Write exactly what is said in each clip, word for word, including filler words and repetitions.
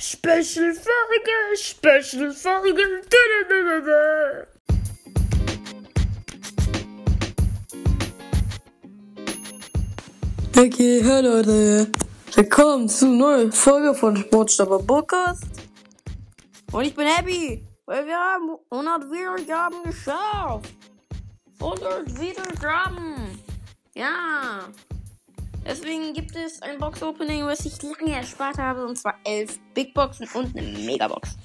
Special Folge, Special Folge. Okay, hey Leute, willkommen zu einer neuen Folge von Sportstopper Podcast. Und ich bin happy, weil wir haben hundert Wiedergaben geschafft. hundert Wiedergaben. Ja. Deswegen gibt es ein Box-Opening, was ich lange erspart habe, und zwar elf Big Boxen und eine Megabox.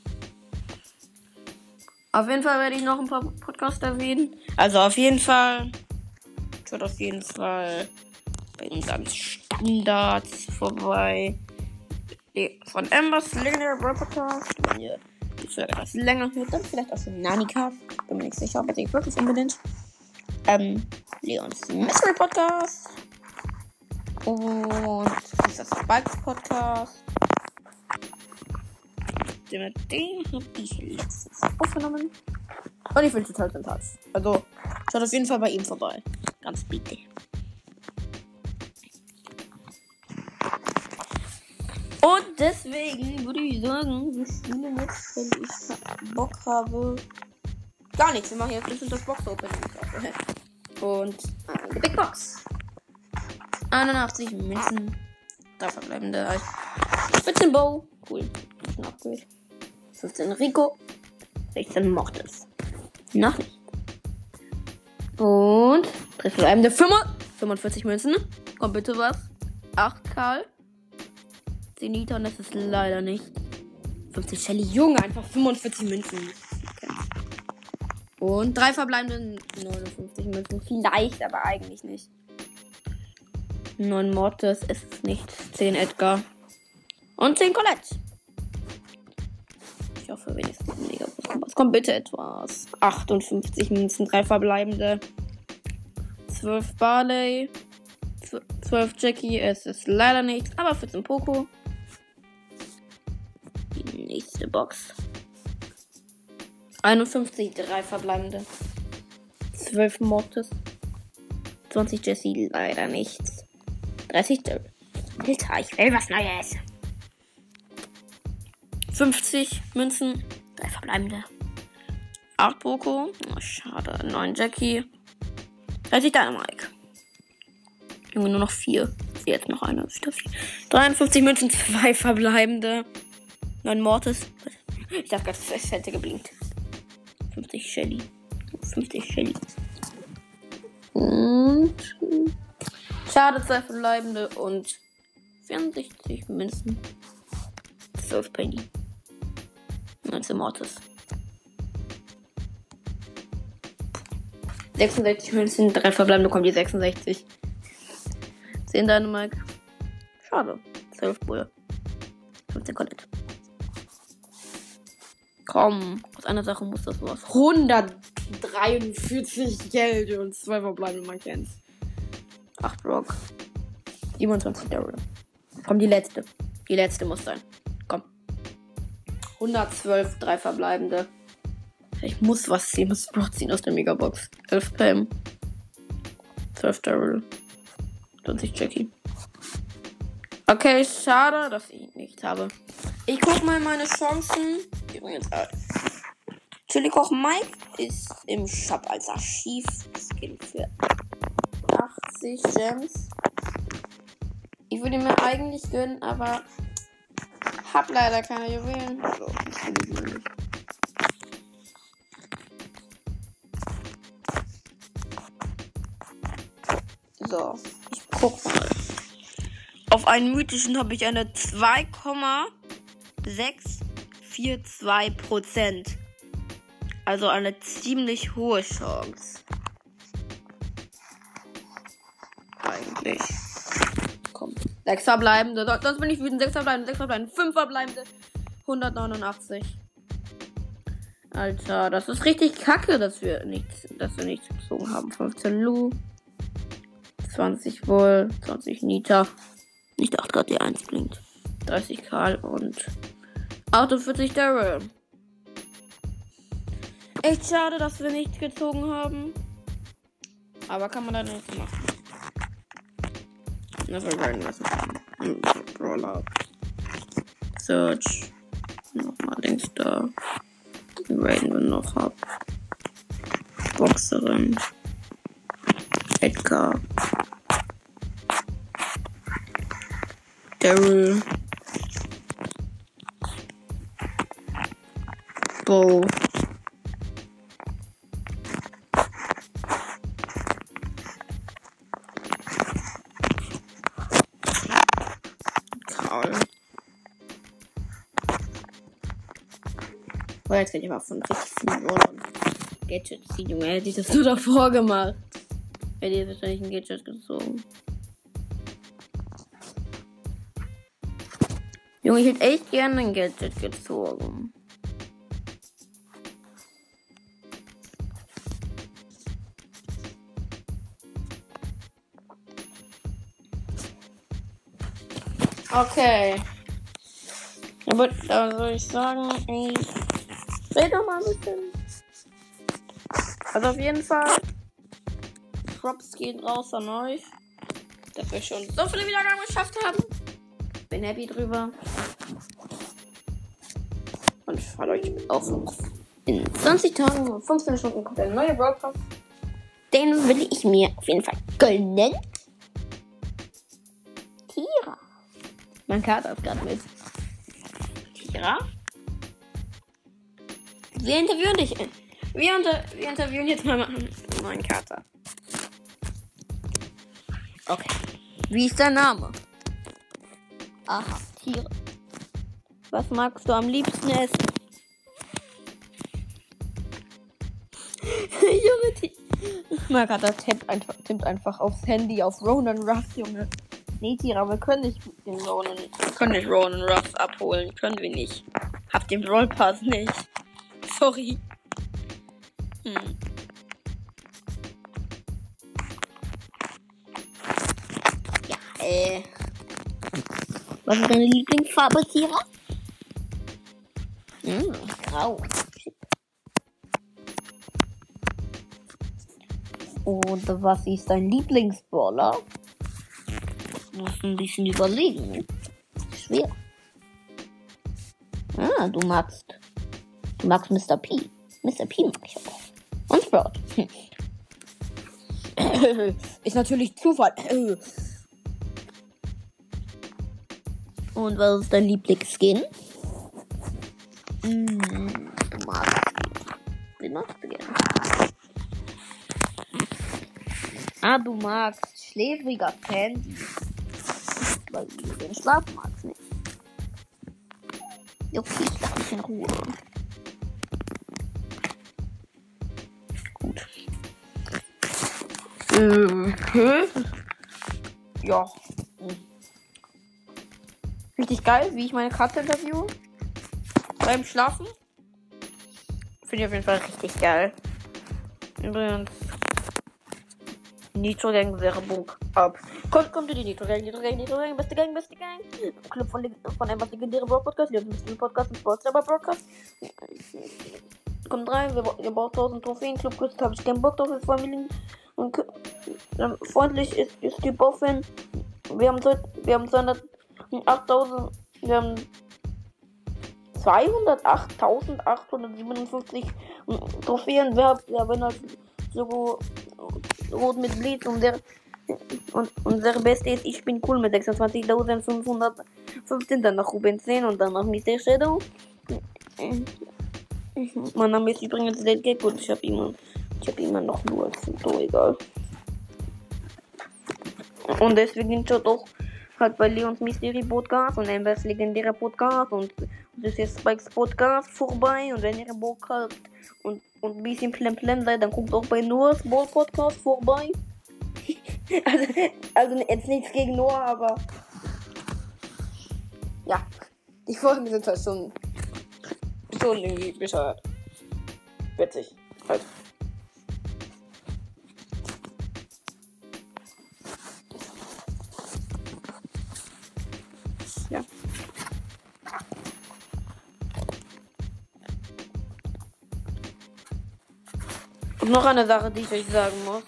Auf jeden Fall werde ich noch ein paar Podcasts erwähnen. Also auf jeden Fall, schaut auf jeden Fall bei unseren Standards vorbei. Die von Embers Legendary Brawl Podcast. Wenn ihr die Folge etwas länger hört, dann vielleicht auch schon Nanika. Bin mir nicht sicher, ob ich wirklich unbedingt. Ähm, Leons Mystery Podcast. Und dieser Spikes Podcast. Den, den habe ich letztens aufgenommen. Und ich finde es total sympathisch. Also, schaut auf jeden Fall bei ihm vorbei. Ganz bitte. Und deswegen würde ich sagen, wir spielen jetzt, wenn ich Bock habe. Gar nichts. Wir machen jetzt ein bisschen das Box-Opening. Und eine Big Box. einundachtzig Münzen. drei verbleibende. vierzehn Bow. Cool. fünfzehn Rico. sechzehn Mortis. Noch nicht. Und drei verbleibende. fünfundvierzig Münzen. Kommt bitte was. acht Karl. zehn Nita, und das ist leider nicht. fünfzig Shelly. Junge, einfach fünfundvierzig Münzen. Okay. Und drei verbleibende. neunundfünfzig Münzen. Vielleicht, aber eigentlich nicht. neun Mortis ist es nicht. zehn Edgar. Und zehn Colette. Ich hoffe wenigstens ein mega was. Kommt bitte etwas. achtundfünfzig Münzen, drei verbleibende. zwölf Barley. zwölf Jackie. Es ist leider nichts. Aber vierzehn Poco. Die nächste Box. einundfünfzig, drei verbleibende. zwölf Mortis. zwanzig Jessie, leider nichts. dreißig Daryl. Alter, ich will was Neues. fünfzig Münzen, drei verbleibende. acht Poco, oh, schade. neun Jackie. dreißig Dynamite. Junge, nur noch vier. Jetzt noch eine. dreiundfünfzig Münzen, zwei verbleibende. neun Mortis. Ich dachte gerade, es hätte geblinkt. fünfzig Shelly. fünfzig Shelly. Und schade, zwei verbleibende und vierundsechzig Münzen. zwölf Penny. neunzehn Mortis. sechsundsechzig Münzen, drei verbleibende, kommt die sechsundsechzig. zehn Dynamite. Schade. zwölf Bull. fünfzehn Colette. Komm, aus einer Sache muss das was. hundertdreiundvierzig Geld und zwei verbleibende, man kennt's. acht Rock. siebenundzwanzig Daryl. Komm, die letzte. Die letzte muss sein. Komm. hundertzwölf, drei verbleibende. Ich muss was ziehen. Ich muss Brock ziehen aus der Megabox. elf Pam. zwölf Daryl. zwanzig Jackie. Okay, schade, dass ich nichts habe. Ich guck mal meine Chancen. Übrigens, äh, Chili Koch Mike ist im Shop als Archiv-Skin für achtzig Gems. Ich würde mir eigentlich gönnen, aber hab leider keine Juwelen. So, so, ich guck mal. Auf einen mythischen habe ich eine zwei Komma sechs vier zwei Prozent. Also eine ziemlich hohe Chance. Eigentlich. Komm. sechs verbleibende. Sonst bin ich wütend. sechs verbleibende, sechs verbleibende, fünf verbleibende. hundertneunundachtzig. Alter, das ist richtig kacke, dass wir nichts, dass wir nichts gezogen haben. fünfzehn Lu. zwanzig Wohl. zwanzig Nita. Ich dachte gerade, die eins blinkt. dreißig Karl und achtundvierzig Daryl. Echt schade, dass wir nichts gezogen haben. Aber kann man da nichts machen. Das war geil. Brawler. Search. Nochmal links da. Raiden wir noch ab. Boxerin. Edgar. Daryl. Bo. Karl. Oh, jetzt kann ich mal von richtig vielen Rollern Gadgets ziehen, Junge. Hätte ich das nur davor gemacht. Hätte ich wahrscheinlich ein Gadget gezogen. Junge, ich hätte echt gerne ein Gadget gezogen. Okay. Aber da soll ich sagen, ey, red doch mal ein bisschen. Also auf jeden Fall, Props gehen raus an euch, dass wir schon so viele Wiedergaben geschafft haben. Bin happy drüber. Und ich freue euch auf noch in zwanzig Tagen und fünfzehn Stunden kommt ein neuer Broadcast. Den will ich mir auf jeden Fall gönnen. Tira. Mein Kater ist gerade mit. Tira? Wir interviewen dich. Wir, unter, wir interviewen jetzt mal meinen Kater. Okay. Wie ist dein Name? Aha, Tiere. Was magst du am liebsten essen? Junge, Tiere. Mein Kater tippt einfach, tippt einfach aufs Handy auf Ronan Ruff, Junge. Nee, Tiere, wir können nicht den Ronan, können nicht Ronan Ruff abholen. Können wir nicht. Hab den Brawl Pass nicht. Sorry. Hm. Ja, äh. Was ist deine Lieblingsfarbe, Tira? Hm, grau. Und was ist dein Lieblingsbrawler? Muss ein bisschen überlegen. Schwer. Ah, du magst. Du magst Mister P. Mister P mag ich auch. Und Sprout. Ist natürlich Zufall. Und was ist dein Lieblingsskin? Mm, du magst ihn. Wen magst du gerne? Ah, du magst schläfriger Sandy. Weil du den Schlaf magst, nicht? Okay, ich lasse dich in Ruhe. Gut. Äh, ja. Richtig geil, wie ich meine Katze interviewe. Beim Schlafen. Finde ich auf jeden Fall richtig geil. Übrigens. Nitro Gang wäre Book ab. Kommt, kommt in die Nitro Gang, Nitro Gang, Nitro Gang, beste Gang, beste Gang. Club von, von einem legendären Brawl Podcast, Lebensmittel Podcast und Sportserver Broadcast. Kommt rein, wir, wir bauen tausend Trophäen. Club Quest habe ich keinen Bock drauf, mit Familien. Und, ähm, freundlich ist, ist die Boffin. Wir haben, wir haben zweihundertachttausend, wir haben zweihundertachttausendachthundertsiebenundfünfzig Trophäen. Wer hat, ja, wenn halt so rot mit Blitz und der und unsere Beste ist ich bin cool mit sechsundzwanzigtausendfünfhundertfünfzehn, dann noch Ruben zehn und dann noch Mister Shadow. Mein Name ist übrigens Late Gag und ich habe immer ich habe immer noch nur als Foto, egal. Und deswegen schaut auch halt bei Leons Mystery Podcast und Ambers legendärer Podcast und das ist Spikes Podcast vorbei. Und wenn ihr Bock habt und, und ein bisschen Plem Plem seid, dann guckt auch bei Noah's Ball Podcast vorbei. also, also jetzt nichts gegen Noah, aber ja, die Folgen sind halt schon schon irgendwie bescheuert. Witzig, halt. Ja. Und noch eine Sache, die ich euch sagen muss.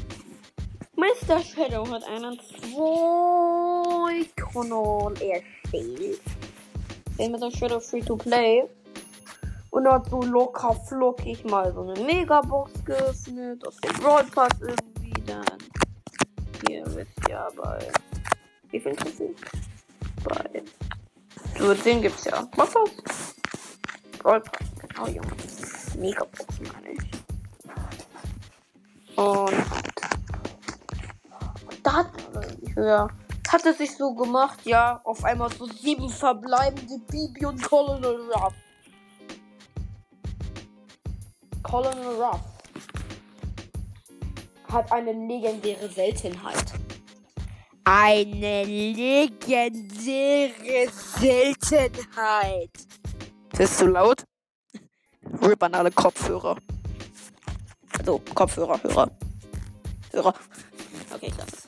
Mister Shadow hat einen zwei Kanal erstellt. gespielt. Bin mit der Shadow Free-to-Play. Und hat so locker flockig mal so eine Megabox geöffnet. Aus dem Brawl Pass irgendwie dann. Hier wisst ihr bei. Wie viel ist das? Bei. So zehn gibt's ja. Was war's? Brawl Pass. Genau, Junge. Megabox meine ich. Und. Da hat. Ja. Hat es sich so gemacht, ja. Auf einmal so sieben verbleibende Bibi und Colonel Ruff. Colonel Ruff hat eine legendäre Seltenheit. Eine legendäre Seltenheit. Das ist zu laut. Rip an alle Kopfhörer. Also Kopfhörer, Hörer. Hörer. Okay, ich lasse es.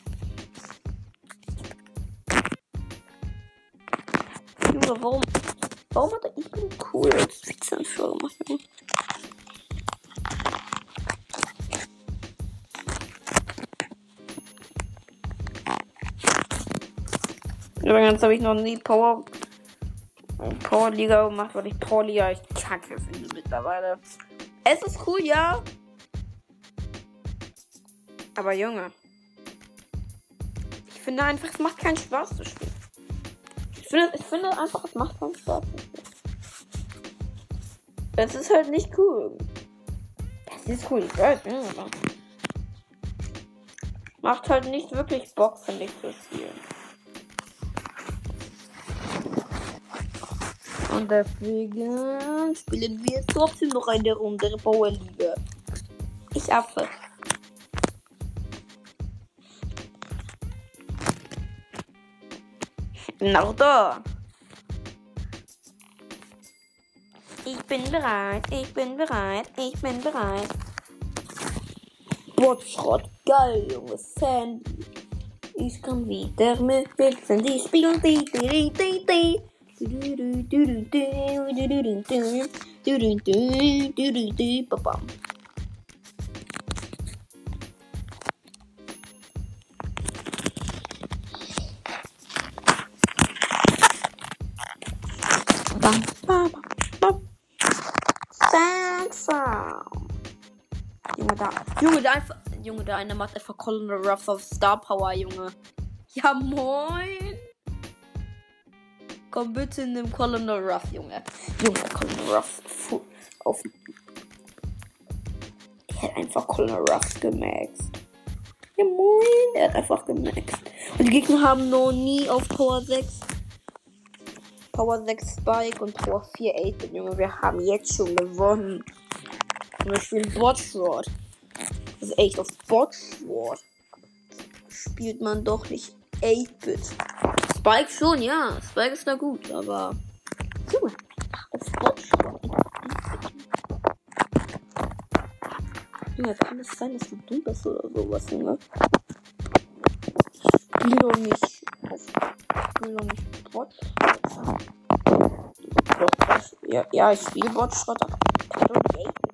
Junge, warum? Warum hat er ich bin cool als Vizeanführer gemacht? Übrigens habe ich noch nie Power Power Liga gemacht, weil ich Power Liga echt kacke finde mittlerweile. Es ist cool, ja. Aber Junge, ich finde einfach, es macht keinen Spaß zu spielen. Ich finde, ich finde einfach, es macht keinen Spaß zu spielen. Es ist halt nicht cool. Das ist cool, ich weiß, ja, aber macht halt nicht wirklich Bock, finde ich, zu spielen. Und deswegen spielen wir jetzt trotzdem noch eine Runde Power Liga. Ich affe. Noch da. Ich bin bereit, ich bin bereit, ich bin bereit. Botschrott, geil, Junge, Sandy. Ich kann wieder mit Sandy spielen. Die, die, die, die. Bam. Bam, bam, bam. Thanks. Junge, da. Junge, da einfach. Junge, da einer macht einfach Colonel Ruff auf Star Power, Junge. Ja, moin. Komm bitte in den Colonel Ruff, Junge. Junge, Colonel Ruff. Auf. Er hat einfach Colonel Ruff gemaxt. Ja, moin. Er hat einfach gemaxt. Und die Gegner haben noch nie auf Power sechs. Power sechs Spike und Power vier acht. Junge, wir haben jetzt schon gewonnen. Und wir spielen Botschrott. Das ist echt auf Botschrott. Spielt man doch nicht acht Bit. Spike schon, ja. Spike ist da gut, aber. Junge, auf Botschrott. Junge, kann es sein, dass du dumm bist oder sowas, Junge? Spiel doch nicht auf. Spiel doch nicht Botschrott. Ja, ja, ich spiele Botschrott, aber kann doch nicht acht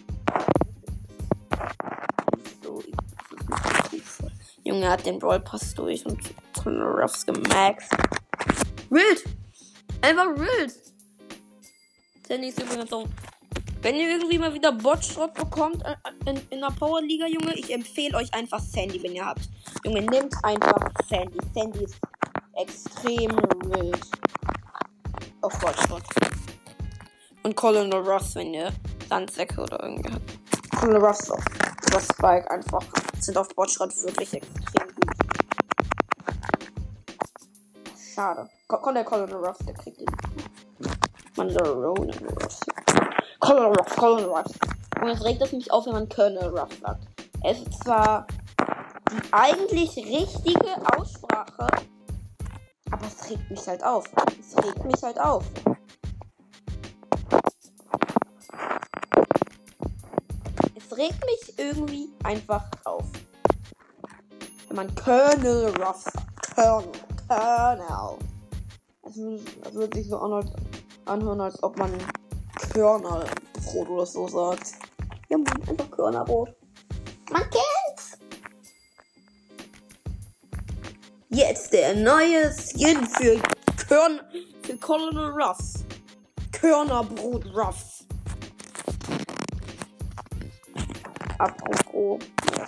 Bit. So, Junge hat den Brawl Pass durch und Colonel Ruffs gemaxt. Wild! Einfach wild! Sandy ist übrigens so. Wenn ihr irgendwie mal wieder Botschrott bekommt in, in der Power Liga, Junge, ich empfehle euch einfach Sandy, wenn ihr habt. Junge, nehmt einfach Sandy. Sandy ist extrem wild. Auf Botschrott. Und Colonel Ruffs, wenn ihr Sandsäcke oder irgendwie habt. Colonel Ruffs auf Ruff Spike einfach sind auf Botschrott wirklich extrem gut. Schade. Komm, der Colonel Ruff, der kriegt den. Man, der Ronan Ruff. Colonel Ruff, Colonel Ruff. Und jetzt regt es mich auf, wenn man Colonel Ruff sagt. Es ist zwar die eigentlich richtige Aussprache, aber es regt mich halt auf. Es regt mich halt auf. Es regt mich irgendwie einfach auf. Wenn man Colonel Ruff sagt. Colonel. Colonel. Es würde, es würde sich so anhören, anhören, als ob man Körnerbrot oder so sagt. Ja, man, einfach Körnerbrot. Man kennt's. Jetzt der neue Skin für Körn für Colonel Ruffs. Körnerbrot Ruffs. Apropos.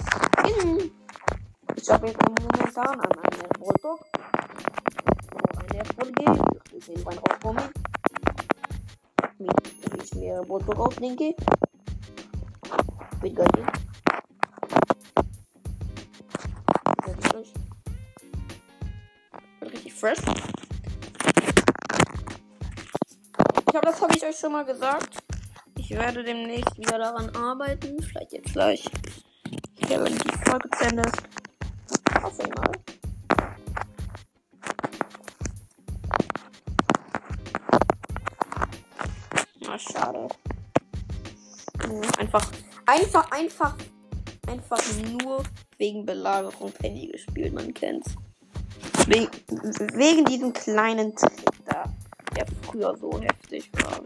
Ich habe jetzt momentan an einem Bulldog. Eine Erfolge. Wir sehen beim Aufkommen. Wie ich mir Bulldog aufdenke. Mit Götti. Richtig fresh. Ich glaube, das habe ich euch schon mal gesagt. Ich werde demnächst wieder daran arbeiten. Vielleicht jetzt gleich. Ja, wenn die Folge zu Ende ist. Hoffe ich mal. Na, schade. Einfach, einfach, einfach, einfach nur wegen Belagerung Penny gespielt. Man kennt's. Wegen, wegen diesem kleinen Trick da, der früher so heftig war.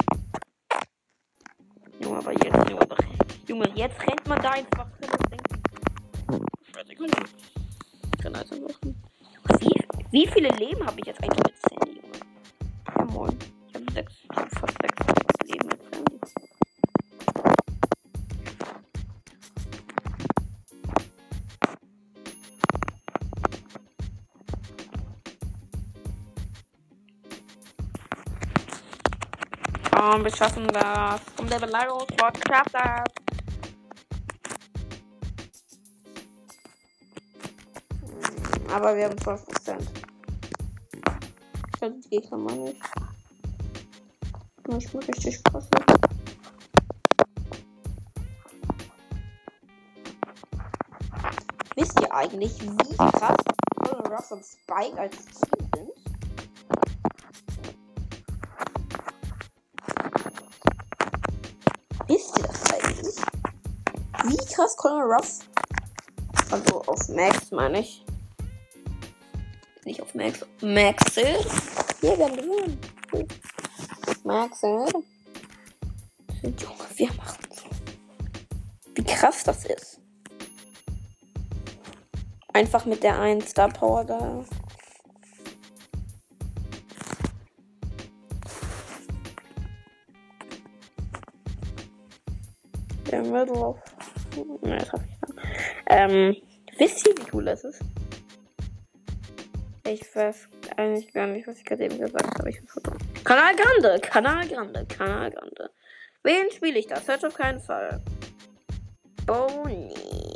Junge, aber jetzt, Junge, Junge, jetzt rennt man da einfach hin und denkt, ich kann also machen. Wie, wie viele Leben habe ich jetzt eigentlich mit Sandy, Junge? Ja, moin. Ich habe sechs, ich habe fast sechs Leben mit Sandy. Komm, wir schaffen das. Komm, der Belagerungsbot schafft das. Aber wir haben zwölf Prozent. Ich hatte die Gegner mal nicht. Ich bin richtig krass. Wisst ihr eigentlich, wie krass Colonel Ruffs und Spike als Team sind? Wisst ihr das eigentlich? Wie krass Colonel Ruffs? Also auf Max meine ich. Nicht auf Max. Maxel. Wir werden gewonnen. Maxel. Junge, wir machen so. Wie krass das ist. Einfach mit der einen Star Power da. Der Middle of. Nein, das hab ich nicht. Ähm, wisst ihr, wie cool das ist? Ich weiß eigentlich gar nicht, was ich gerade eben gesagt habe. Ich bin verdammt. Kanal Grande, Kanal Grande, Kanal Grande. Wen spiele ich das? Hört auf keinen Fall. Boni.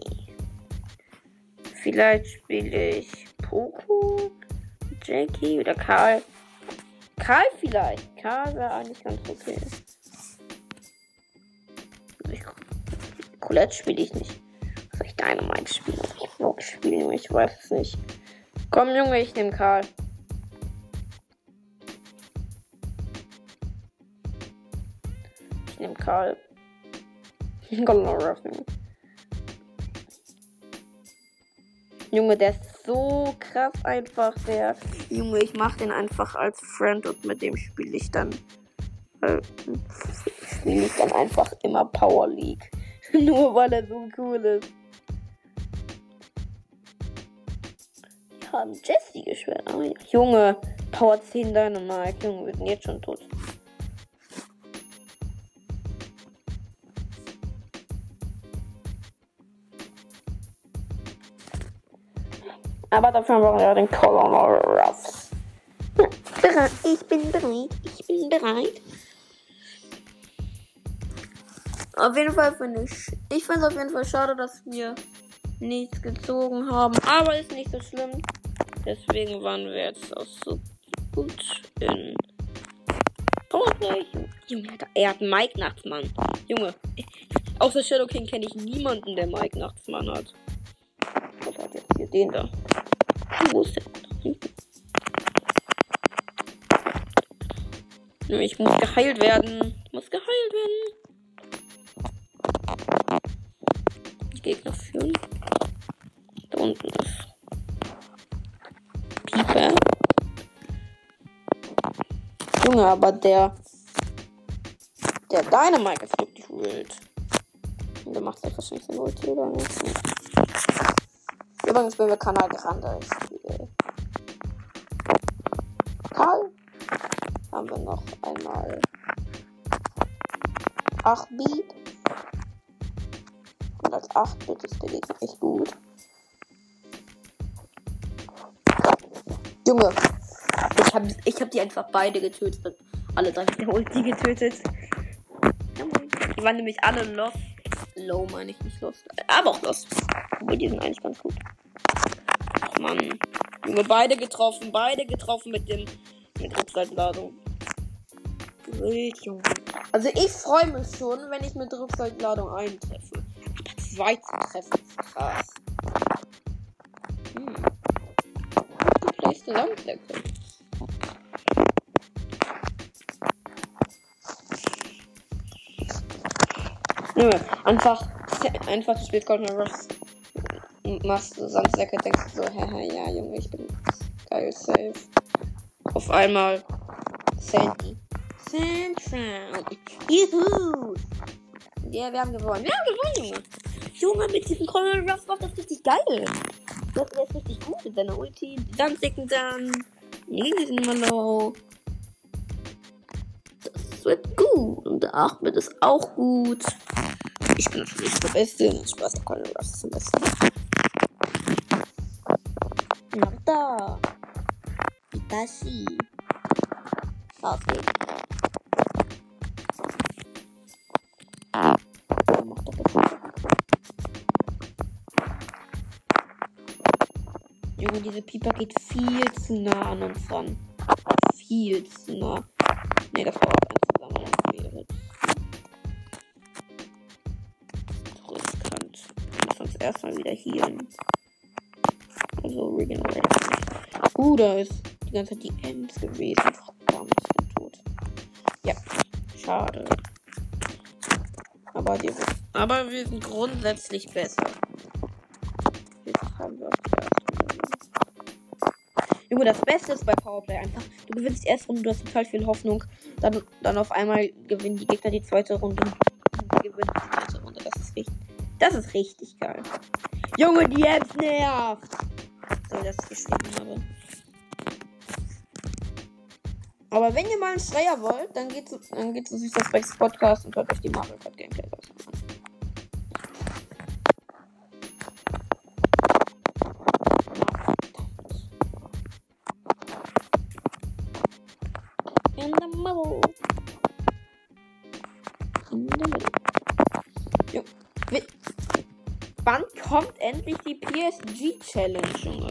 Vielleicht spiele ich Poco, Jackie oder Karl. Karl vielleicht. Karl wäre eigentlich ganz okay. Ich, Colette spiele ich nicht. Soll ich Dynamite spielen? Ich Vlog spielen? Ich weiß es nicht. Komm, Junge, ich nehme Karl. Ich nehme Karl. Junge, der ist so krass einfach, der Junge, ich mach den einfach als Friend und mit dem spiele ich dann äh, spiele ich dann einfach immer Power League. Nur weil er so cool ist. Die haben Jessie geschwert. Oh, ja. Junge, Power zehn Dynamite. Junge, wir sind jetzt schon tot. Aber dafür brauchen wir den Colonel Ruffs. Bereit, ich bin bereit, ich bin bereit. Auf jeden Fall finde ich, ich finde es auf jeden Fall schade, dass wir nichts gezogen haben. Aber ist nicht so schlimm. Deswegen waren wir jetzt auch so gut in Powerplay. Junge, er hat Mike Nachtsmann. Junge, außer Shadow King kenne ich niemanden, der Mike Nachtsmann hat. Was hat jetzt hier den da? Wo ist der? Ich muss geheilt werden. Ich muss geheilt werden. Die Gegner führen. Da unten ist Pieper. Junge, aber der der Dynamite ist wirklich wild. Und der macht vielleicht wahrscheinlich eine Ulti oder nicht. Übrigens bin wir Kanal Grande. Ich spiele Karl. Haben wir noch einmal acht Bit. Und als acht Bit ist der Gegner echt gut. Junge, ich hab, ich hab die einfach beide getötet. Alle drei mit der Ulti getötet. Die waren nämlich alle lost. Low meine ich, nicht lost. Aber auch lost. Aber die sind eigentlich ganz gut. Ach Mann. Junge, beide getroffen. Beide getroffen mit dem mit Rückseitenladung. Wild, Junge. Also ich freue mich schon, wenn ich mit Rückseitenladung eintreffe. Aber zwei zu treffen ist krass. Hm. Du bleibst Landlecke. Junge, einfach, einfach du spielst Golden Rush, machst du Sandsäcke, denkst du so, haha, ja, Junge, ich bin geil, safe. Auf einmal, Sandy. Sandfrown. Juhu. Ja, wir haben gewonnen. Wir haben gewonnen, Junge. Junge, mit diesem Golden Rush war das richtig geil. Das ist richtig gut mit deiner Ulti. Die Sandsäcken dann. Nee, die sind immer low. Das wird gut. Und der acht Bit ist auch gut. Ich bin natürlich der Beste. Spaß, der Golden Rush ist am besten. Noch da. Itachi. Fahrtweg. Mach doch das. Junge, diese Pieper geht viel zu nah an uns ran. Viel zu nah. Ne, das dauert einfach lange. Riskant. Wir müssen uns erstmal wieder healen. Also regenerate. Uh, da ist die ganze Zeit die Ems gewesen. Verdammt, ich bin tot. Ja, schade. Aber, die, aber wir sind grundsätzlich besser. Jetzt haben wir auch die erste Runde. Junge, das Beste ist bei Powerplay einfach, du gewinnst die erste Runde, du hast total viel Hoffnung. Dann, dann auf einmal gewinnen die Gegner die zweite Runde. Und die gewinnen die zweite Runde. Das ist richtig. Das ist richtig geil. Junge, die Ems nervt. So, das ich geschrieben habe. Aber wenn ihr mal einen Schreier wollt, dann geht zu, dann geht zu Süßer Specs Podcast und hört euch die Mario Kart Gameplay an. In the middle. In the middle. Jo. Wann kommt endlich die P S G Challenge, Junge?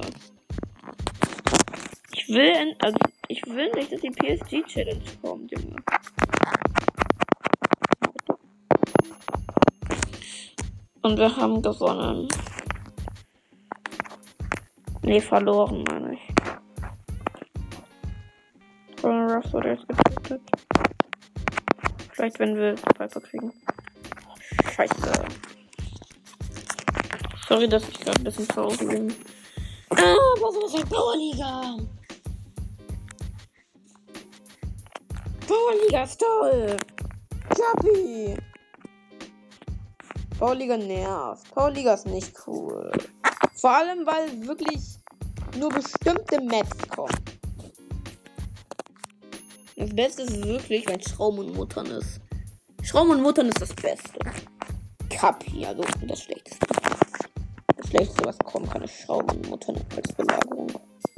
Ich will, also ich will nicht, dass die P S G Challenge kommt, Junge. Und wir haben gewonnen. Nee, verloren, meine ich. Golden Rush wurde jetzt getötet. Vielleicht, wenn wir Piper kriegen. Scheiße. Sorry, dass ich gerade ein bisschen traurig bin. Ah, was ist das? Powerliga? Powerliga ist toll. Chubby. Powerliga nervt. Powerliga ist nicht cool. Vor allem, weil wirklich nur bestimmte Maps kommen. Das Beste ist wirklich, wenn Schraum und Muttern ist. Schraum und Muttern ist das Beste. Kapi, also das Schlechteste. Das Schlechteste, was kommen kann, ist Schraum und Muttern als Belagerung.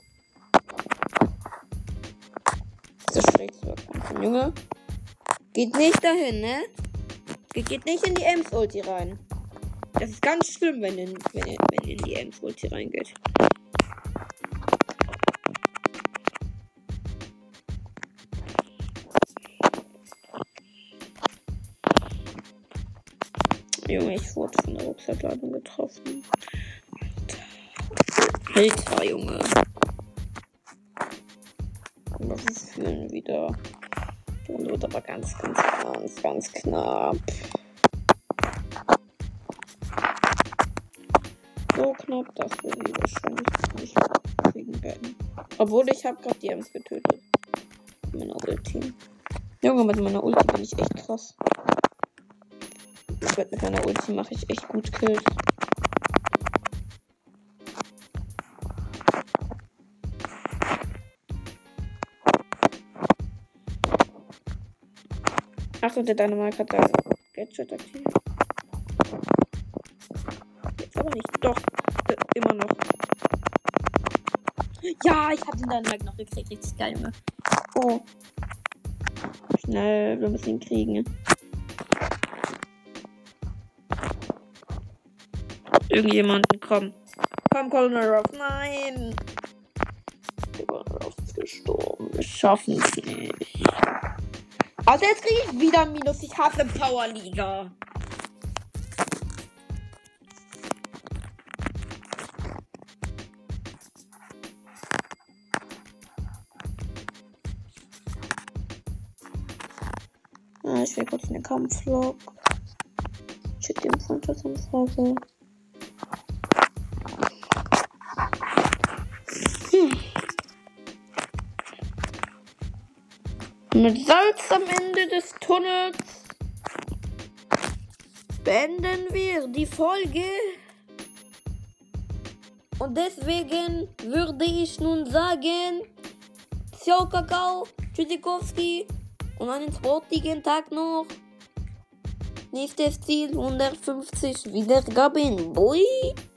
Das ist das Schlechteste, was kommen kann. Junge, geht nicht dahin, ne? Geht, geht nicht in die Ems-Ulti rein. Das ist ganz schlimm, wenn ihr, wenn ihr, wenn ihr in die Ems-Ulti reingeht. Junge, ich wurde von der Rucksackladung getroffen. Alter. Alter, Junge. Das ist fühlen wieder. Und wird aber ganz, ganz, ganz, ganz knapp. So knapp, dass wir sie wahrscheinlich nicht kriegen werden. Obwohl ich habe gerade die Ems getötet. Mit meiner Ulti. Junge, mit meiner Ulti bin ich echt krass. Mit meiner Ulti mache ich echt gut Kills. Achtung, der Dynamite hat da Gadget aktiv. Jetzt aber nicht. Doch, äh, immer noch. Ja, ich hab den Dynamite noch gekriegt. Richtig geil, Junge. Oh. Schnell, wir müssen ihn kriegen. Irgendjemanden, komm. Komm, Colonel Ruff. Nein. Der Colonel Ruff ist gestorben. Wir schaffen es nicht. Also jetzt kriege ich wieder ein Minus. Ich hasse Powerliga. Ah, ich will kurz in den Kampflog. Check den Freundschaftsanfrage. Hm. Mit Salz am Ende des Tunnels beenden wir die Folge. Und deswegen würde ich nun sagen, ciao Kakao, Tschüssikowski und einen sportlichen Tag noch. Nächstes Ziel hundertfünfzig Wiedergaben. Boi.